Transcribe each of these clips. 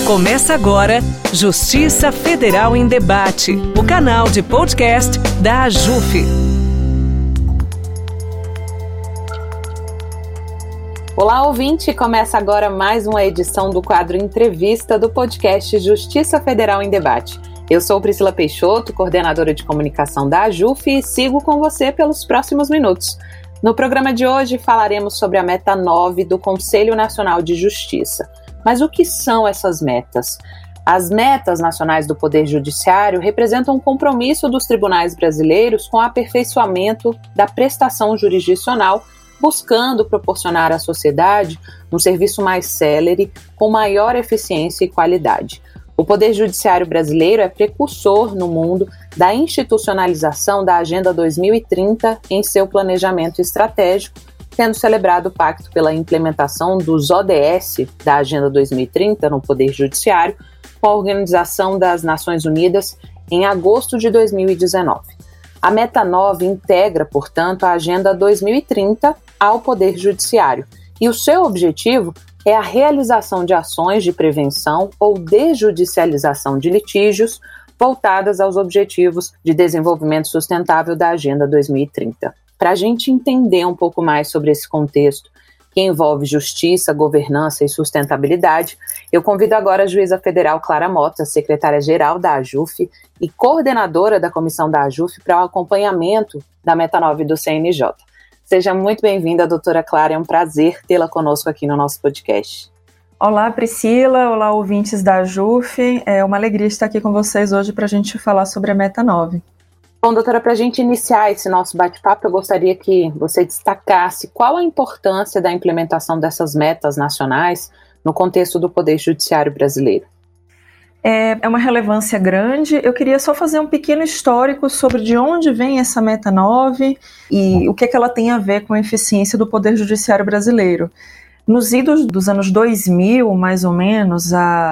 Começa agora Justiça Federal em Debate, o canal de podcast da AJUF. Olá, ouvinte! Começa agora mais uma edição do quadro Entrevista do podcast Justiça Federal em Debate. Eu sou Priscila Peixoto, coordenadora de comunicação da AJUF, e sigo com você pelos próximos minutos. No programa de hoje falaremos sobre a meta 9 do Conselho Nacional de Justiça. Mas o que são essas metas? As metas nacionais do Poder Judiciário representam um compromisso dos tribunais brasileiros com o aperfeiçoamento da prestação jurisdicional, buscando proporcionar à sociedade um serviço mais célere, com maior eficiência e qualidade. O Poder Judiciário brasileiro é precursor no mundo da institucionalização da Agenda 2030 em seu planejamento estratégico, tendo celebrado o pacto pela implementação dos ODS da Agenda 2030 no Poder Judiciário, com a Organização das Nações Unidas em agosto de 2019. A meta 9 integra, portanto, a Agenda 2030 ao Poder Judiciário, e o seu objetivo é a realização de ações de prevenção ou desjudicialização de litígios voltadas aos objetivos de desenvolvimento sustentável da Agenda 2030. Para a gente entender um pouco mais sobre esse contexto que envolve justiça, governança e sustentabilidade, eu convido agora a juíza federal Clara Mota, secretária-geral da AJUF e coordenadora da comissão da AJUF para o acompanhamento da meta 9 do CNJ. Seja muito bem-vinda, doutora Clara, é um prazer tê-la conosco aqui no nosso podcast. Olá, Priscila, olá, ouvintes da AJUF, é uma alegria estar aqui com vocês hoje para a gente falar sobre a meta 9. Bom, doutora, para a gente iniciar esse nosso bate-papo, eu gostaria que você destacasse qual a importância da implementação dessas metas nacionais no contexto do Poder Judiciário brasileiro. É uma relevância grande. Eu queria só fazer um pequeno histórico sobre de onde vem essa meta 9 e o que ela tem a ver com a eficiência do Poder Judiciário brasileiro. Nos idos dos anos 2000, mais ou menos,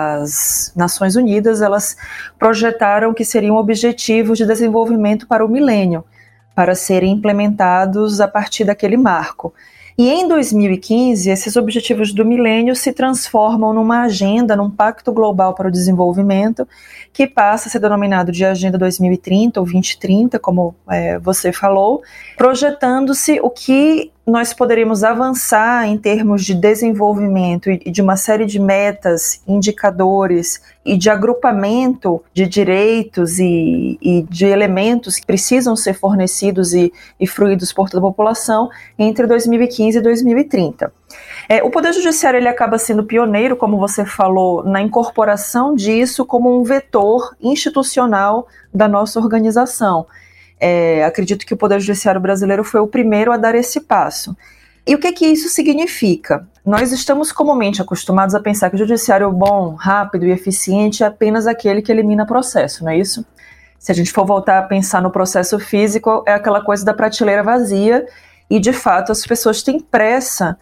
as Nações Unidas elas projetaram que seriam objetivos de desenvolvimento para o milênio, para serem implementados a partir daquele marco. E em 2015, esses objetivos do milênio se transformam numa agenda, num pacto global para o desenvolvimento, que passa a ser denominado de Agenda 2030 ou 2030, como você falou, projetando-se o que nós poderíamos avançar em termos de desenvolvimento e de uma série de metas, indicadores e de agrupamento de direitos e de elementos que precisam ser fornecidos e fruídos por toda a população entre 2015 e 2030. O Poder Judiciário ele acaba sendo pioneiro, como você falou, na incorporação disso como um vetor institucional da nossa organização. Acredito que o Poder Judiciário brasileiro foi o primeiro a dar esse passo. E o que isso significa? Nós estamos comumente acostumados a pensar que o judiciário bom, rápido e eficiente é apenas aquele que elimina processo, não é isso? Se a gente for voltar a pensar no processo físico, é aquela coisa da prateleira vazia e, de fato, as pessoas têm pressa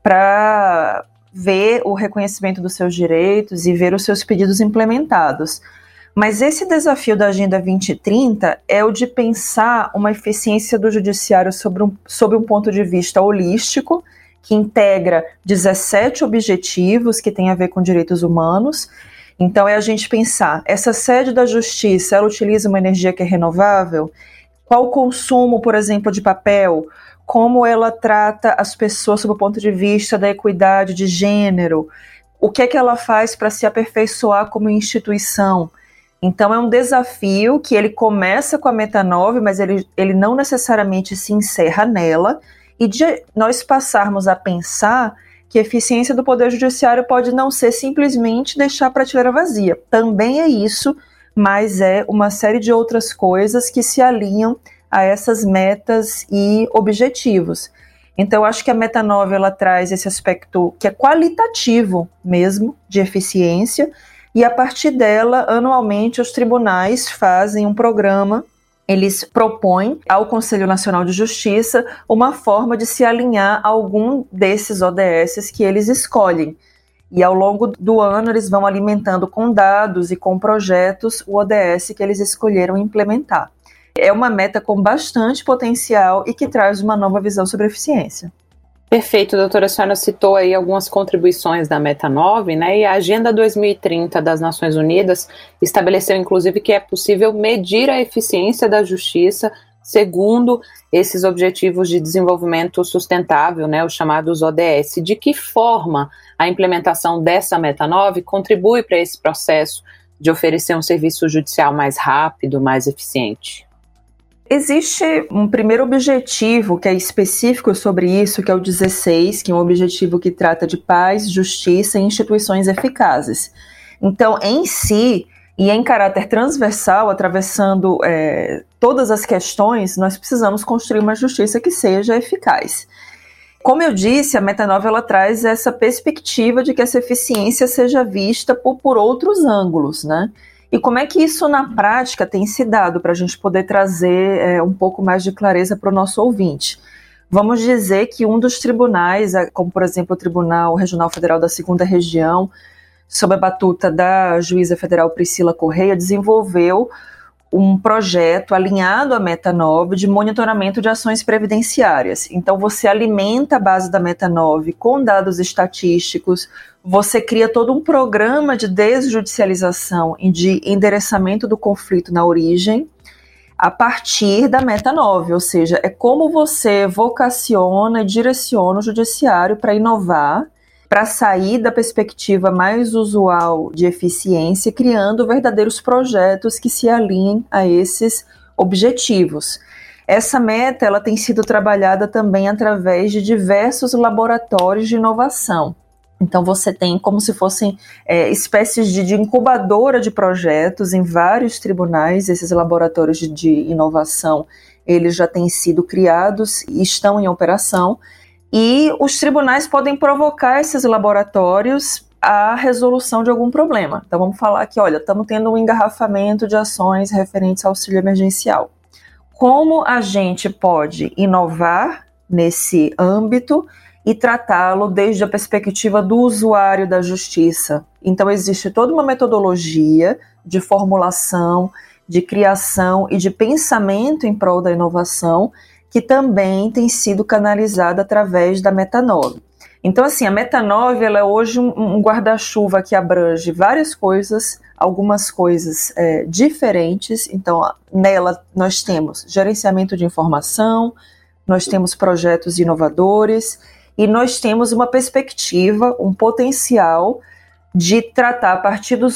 para ver o reconhecimento dos seus direitos e ver os seus pedidos implementados. Mas esse desafio da Agenda 2030 é o de pensar uma eficiência do judiciário sob um ponto de vista holístico, que integra 17 objetivos que têm a ver com direitos humanos. Então é a gente pensar, essa sede da justiça, ela utiliza uma energia que é renovável? Qual o consumo, por exemplo, de papel? Como ela trata as pessoas sob o ponto de vista da equidade de gênero? O que é que ela faz para se aperfeiçoar como instituição? Então é um desafio que ele começa com a meta 9, mas ele não necessariamente se encerra nela, e de nós passarmos a pensar que a eficiência do Poder Judiciário pode não ser simplesmente deixar a prateleira vazia. Também é isso, mas é uma série de outras coisas que se alinham a essas metas e objetivos. Então eu acho que a meta 9 ela traz esse aspecto que é qualitativo mesmo, de eficiência, e a partir dela, anualmente, os tribunais fazem um programa, eles propõem ao Conselho Nacional de Justiça uma forma de se alinhar a algum desses ODS que eles escolhem. E ao longo do ano, eles vão alimentando com dados e com projetos o ODS que eles escolheram implementar. É uma meta com bastante potencial e que traz uma nova visão sobre eficiência. Perfeito, doutora. A senhora citou aí algumas contribuições da Meta 9, né? E a Agenda 2030 das Nações Unidas estabeleceu, inclusive, que é possível medir a eficiência da justiça segundo esses Objetivos de Desenvolvimento Sustentável, né? Os chamados ODS. De que forma a implementação dessa Meta 9 contribui para esse processo de oferecer um serviço judicial mais rápido, mais eficiente? Existe um primeiro objetivo que é específico sobre isso, que é o 16, que é um objetivo que trata de paz, justiça e instituições eficazes. Então, em si, e em caráter transversal, atravessando todas as questões, nós precisamos construir uma justiça que seja eficaz. Como eu disse, a Meta 9 ela traz essa perspectiva de que essa eficiência seja vista por outros ângulos, né? E como é que isso na prática tem se dado para a gente poder trazer um pouco mais de clareza para o nosso ouvinte? Vamos dizer que um dos tribunais, como por exemplo o Tribunal Regional Federal da 2ª Região, sob a batuta da juíza federal Priscila Correia, desenvolveu um projeto alinhado à Meta 9 de monitoramento de ações previdenciárias. Então você alimenta a base da Meta 9 com dados estatísticos, você cria todo um programa de desjudicialização e de endereçamento do conflito na origem a partir da Meta 9, ou seja, é como você vocaciona e direciona o judiciário para inovar, para sair da perspectiva mais usual de eficiência, criando verdadeiros projetos que se alinhem a esses objetivos. Essa meta ela tem sido trabalhada também através de diversos laboratórios de inovação. Então você tem como se fossem espécies de incubadora de projetos em vários tribunais. Esses laboratórios de inovação eles já têm sido criados e estão em operação. E os tribunais podem provocar esses laboratórios à resolução de algum problema. Então vamos falar que, olha, estamos tendo um engarrafamento de ações referentes ao auxílio emergencial. Como a gente pode inovar nesse âmbito e tratá-lo desde a perspectiva do usuário da justiça? Então existe toda uma metodologia de formulação, de criação e de pensamento em prol da inovação que também tem sido canalizada através da Meta 9. Então, assim, a Meta 9 ela é hoje um guarda-chuva que abrange várias coisas, algumas coisas diferentes. Então, nela nós temos gerenciamento de informação, nós temos projetos inovadores e nós temos uma perspectiva, um potencial de tratar a partir dos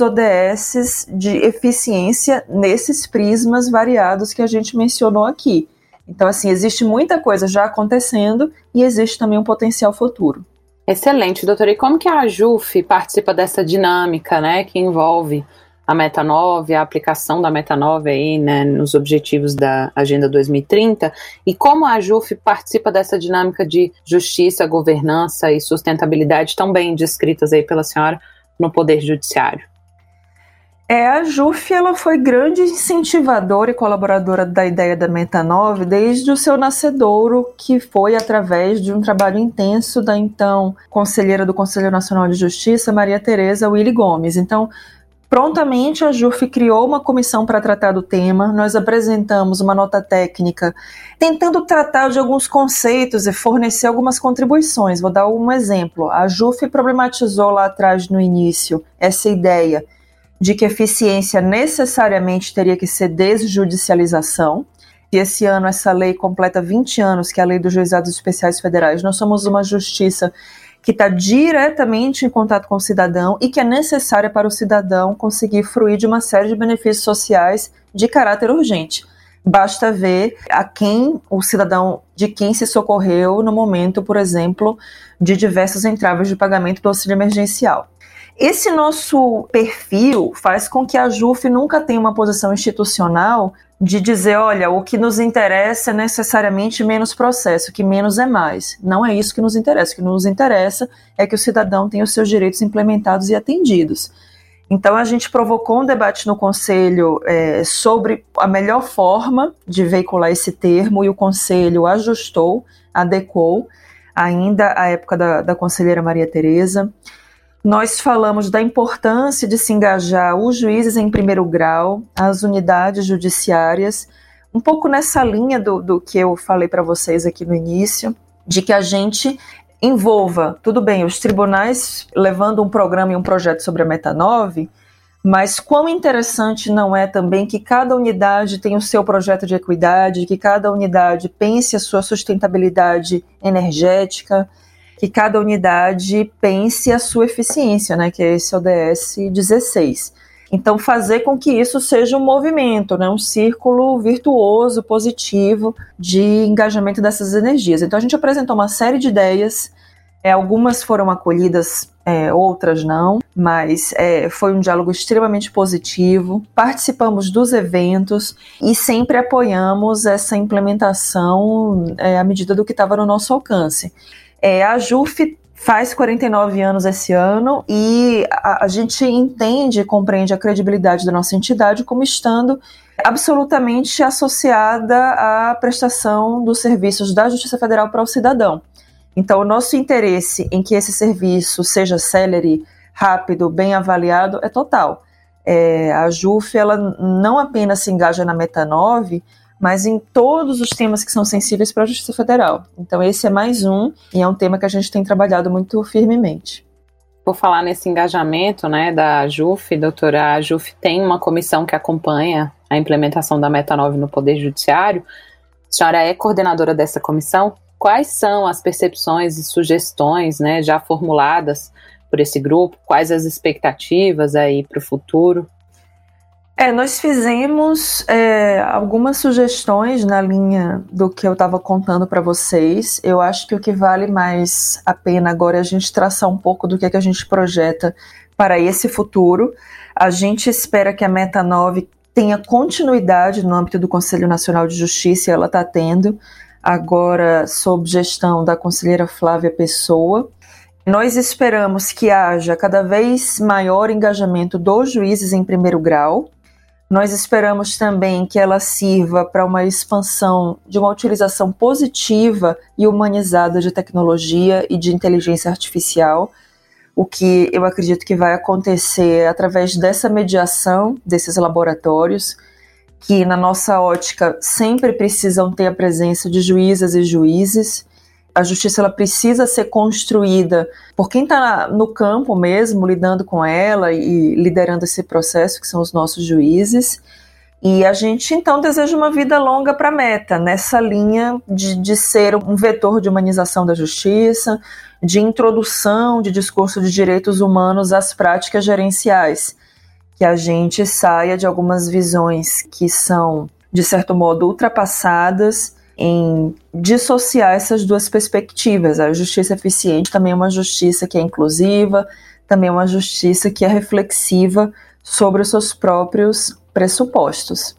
ODS de eficiência nesses prismas variados que a gente mencionou aqui. Então, assim, existe muita coisa já acontecendo e existe também um potencial futuro. Excelente, doutora. E como que a AJUF participa dessa dinâmica, né, que envolve a Meta 9, a aplicação da Meta 9 aí, né, nos objetivos da Agenda 2030, e como a AJUF participa dessa dinâmica de justiça, governança e sustentabilidade tão bem descritas aí pela senhora no Poder Judiciário? A AJUF ela foi grande incentivadora e colaboradora da ideia da Meta 9 desde o seu nascedouro, que foi através de um trabalho intenso da então conselheira do Conselho Nacional de Justiça, Maria Tereza Willy Gomes. Então, prontamente a AJUF criou uma comissão para tratar do tema, nós apresentamos uma nota técnica tentando tratar de alguns conceitos e fornecer algumas contribuições. Vou dar um exemplo. A AJUF problematizou lá atrás no início essa ideia de que eficiência necessariamente teria que ser desjudicialização. E esse ano essa lei completa 20 anos, que é a Lei dos Juizados Especiais Federais. Nós somos uma justiça que está diretamente em contato com o cidadão e que é necessária para o cidadão conseguir fruir de uma série de benefícios sociais de caráter urgente. Basta ver a quem o cidadão de quem se socorreu no momento, por exemplo, de diversos entraves de pagamento do auxílio emergencial. Esse nosso perfil faz com que a AJUF nunca tenha uma posição institucional de dizer, olha, o que nos interessa é necessariamente menos processo, que menos é mais. Não é isso que nos interessa. O que nos interessa é que o cidadão tenha os seus direitos implementados e atendidos. Então, a gente provocou um debate no Conselho sobre a melhor forma de veicular esse termo e o Conselho ajustou, adequou, ainda à época da conselheira Maria Tereza. Nós falamos da importância de se engajar os juízes em primeiro grau, as unidades judiciárias, um pouco nessa linha do que eu falei para vocês aqui no início, de que a gente envolva, tudo bem, os tribunais levando um programa e um projeto sobre a Meta 9, mas quão interessante não é também que cada unidade tenha o seu projeto de equidade, que cada unidade pense a sua sustentabilidade energética, que cada unidade pense a sua eficiência, né, que é esse ODS 16. Então, fazer com que isso seja um movimento, né, um círculo virtuoso, positivo de engajamento dessas energias. Então, a gente apresentou uma série de ideias, algumas foram acolhidas, outras não, mas foi um diálogo extremamente positivo. Participamos dos eventos e sempre apoiamos essa implementação à medida do que estava no nosso alcance. A JUF faz 49 anos esse ano e a gente entende e compreende a credibilidade da nossa entidade como estando absolutamente associada à prestação dos serviços da Justiça Federal para o cidadão. Então, o nosso interesse em que esse serviço seja célere, rápido, bem avaliado, é total. A JUF, ela não apenas se engaja na Meta 9, mas em todos os temas que são sensíveis para a Justiça Federal. Então, esse é mais um, e é um tema que a gente tem trabalhado muito firmemente. Por falar nesse engajamento, né, da JUF, doutora, a JUF tem uma comissão que acompanha a implementação da Meta 9 no Poder Judiciário. A senhora é coordenadora dessa comissão. Quais são as percepções e sugestões, né, já formuladas por esse grupo? Quais as expectativas aí para o futuro? Nós fizemos algumas sugestões na linha do que eu estava contando para vocês. Eu acho que o que vale mais a pena agora é a gente traçar um pouco do que a gente projeta para esse futuro. A gente espera que a Meta 9 tenha continuidade no âmbito do Conselho Nacional de Justiça, e ela está tendo, agora sob gestão da conselheira Flávia Pessoa. Nós esperamos que haja cada vez maior engajamento dos juízes em primeiro grau. Nós esperamos também que ela sirva para uma expansão de uma utilização positiva e humanizada de tecnologia e de inteligência artificial, o que eu acredito que vai acontecer através dessa mediação desses laboratórios, que na nossa ótica sempre precisam ter a presença de juízas e juízes. A justiça ela precisa ser construída por quem está no campo mesmo, lidando com ela e liderando esse processo, que são os nossos juízes. E a gente, então, deseja uma vida longa para a Meta, nessa linha de ser um vetor de humanização da justiça, de introdução de discurso de direitos humanos às práticas gerenciais, que a gente saia de algumas visões que são, de certo modo, ultrapassadas, em dissociar essas duas perspectivas. A justiça eficiente também é uma justiça que é inclusiva, também é uma justiça que é reflexiva sobre os seus próprios pressupostos.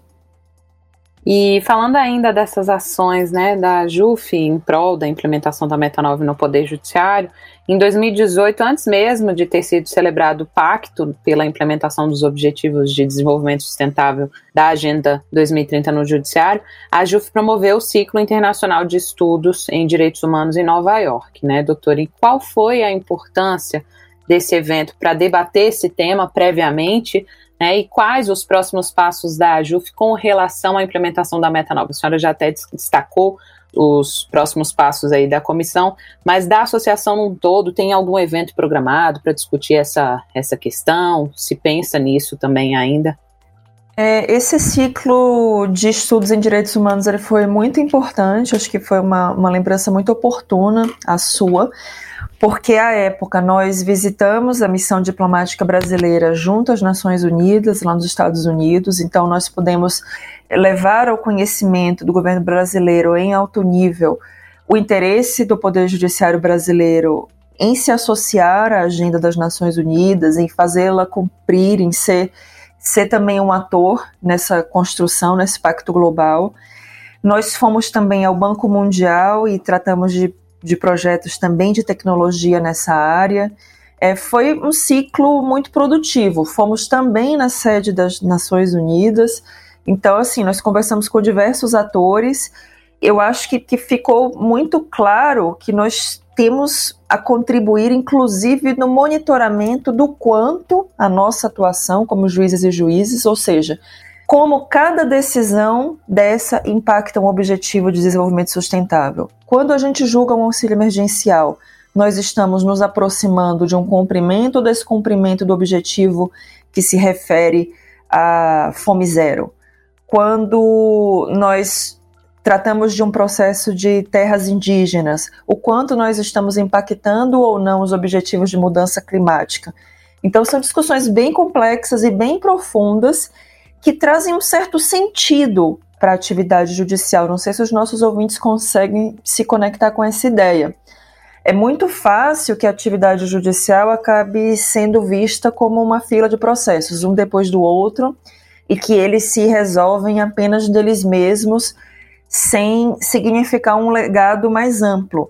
E falando ainda dessas ações, né, da JUF em prol da implementação da Meta 9 no Poder Judiciário, em 2018, antes mesmo de ter sido celebrado o Pacto pela implementação dos Objetivos de Desenvolvimento Sustentável da Agenda 2030 no Judiciário, a JUF promoveu o Ciclo Internacional de Estudos em Direitos Humanos em Nova York, né, doutora? E qual foi a importância desse evento para debater esse tema previamente, né, e quais os próximos passos da JUF com relação à implementação da Meta 9? A senhora já até destacou os próximos passos aí da comissão, mas da associação num todo, tem algum evento programado para discutir essa questão? Se pensa nisso também ainda? Esse ciclo de estudos em direitos humanos ele foi muito importante, acho que foi uma lembrança muito oportuna a sua, porque à época nós visitamos a missão diplomática brasileira junto às Nações Unidas, lá nos Estados Unidos, então nós pudemos levar ao conhecimento do governo brasileiro em alto nível o interesse do Poder Judiciário brasileiro em se associar à agenda das Nações Unidas, em fazê-la cumprir, em ser também um ator nessa construção, nesse pacto global. Nós fomos também ao Banco Mundial e tratamos de projetos também de tecnologia nessa área. Foi um ciclo muito produtivo. Fomos também na sede das Nações Unidas. Então, assim, nós conversamos com diversos atores. Eu acho que ficou muito claro que nós temos a contribuir, inclusive, no monitoramento do quanto a nossa atuação como juízes e juízes, ou seja, como cada decisão dessa impacta um objetivo de desenvolvimento sustentável. Quando a gente julga um auxílio emergencial, nós estamos nos aproximando de um cumprimento ou descumprimento do objetivo que se refere à fome zero. Quando nós tratamos de um processo de terras indígenas, o quanto nós estamos impactando ou não os objetivos de mudança climática. Então são discussões bem complexas e bem profundas que trazem um certo sentido para a atividade judicial. Não sei se os nossos ouvintes conseguem se conectar com essa ideia. É muito fácil que a atividade judicial acabe sendo vista como uma fila de processos, um depois do outro, e que eles se resolvem apenas deles mesmos, sem significar um legado mais amplo.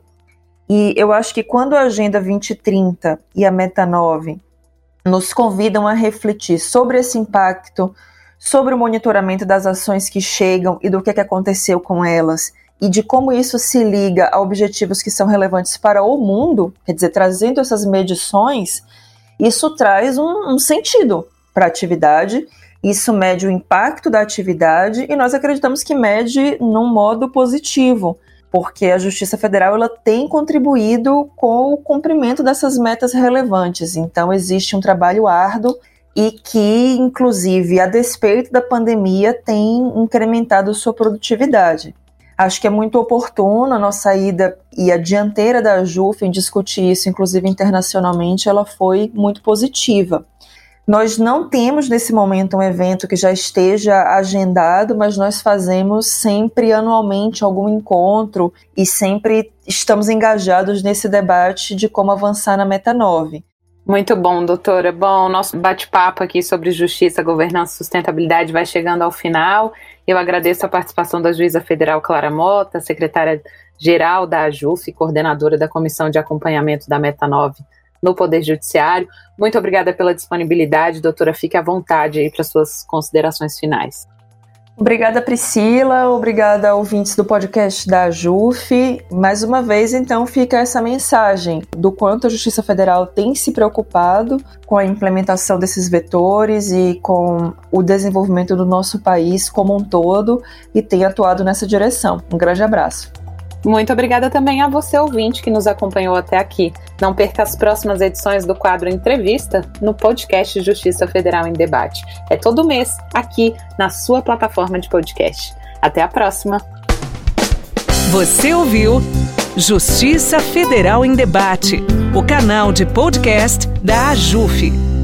E eu acho que quando a Agenda 2030 e a Meta 9 nos convidam a refletir sobre esse impacto, sobre o monitoramento das ações que chegam e do que aconteceu com elas, e de como isso se liga a objetivos que são relevantes para o mundo, quer dizer, trazendo essas medições, isso traz um sentido para a atividade. Isso mede o impacto da atividade e nós acreditamos que mede num modo positivo, porque a Justiça Federal ela tem contribuído com o cumprimento dessas metas relevantes. Então existe um trabalho árduo e que, inclusive, a despeito da pandemia, tem incrementado sua produtividade. Acho que é muito oportuno a nossa ida e a dianteira da AJUF em discutir isso, inclusive internacionalmente, ela foi muito positiva. Nós não temos nesse momento um evento que já esteja agendado, mas nós fazemos sempre anualmente algum encontro e sempre estamos engajados nesse debate de como avançar na Meta 9. Muito bom, doutora. Bom, nosso bate-papo aqui sobre justiça, governança e sustentabilidade vai chegando ao final. Eu agradeço a participação da juíza federal Clara Mota, secretária-geral da AJUF, coordenadora da Comissão de Acompanhamento da Meta 9 no Poder Judiciário. Muito obrigada pela disponibilidade, doutora. Fique à vontade aí para suas considerações finais. Obrigada, Priscila. Obrigada, ouvintes do podcast da AJUF. Mais uma vez, então, fica essa mensagem do quanto a Justiça Federal tem se preocupado com a implementação desses vetores e com o desenvolvimento do nosso país como um todo e tem atuado nessa direção. Um grande abraço. Muito obrigada também a você, ouvinte, que nos acompanhou até aqui. Não perca as próximas edições do quadro Entrevista no podcast Justiça Federal em Debate. É todo mês, aqui na sua plataforma de podcast. Até a próxima! Você ouviu Justiça Federal em Debate, o canal de podcast da AJUF.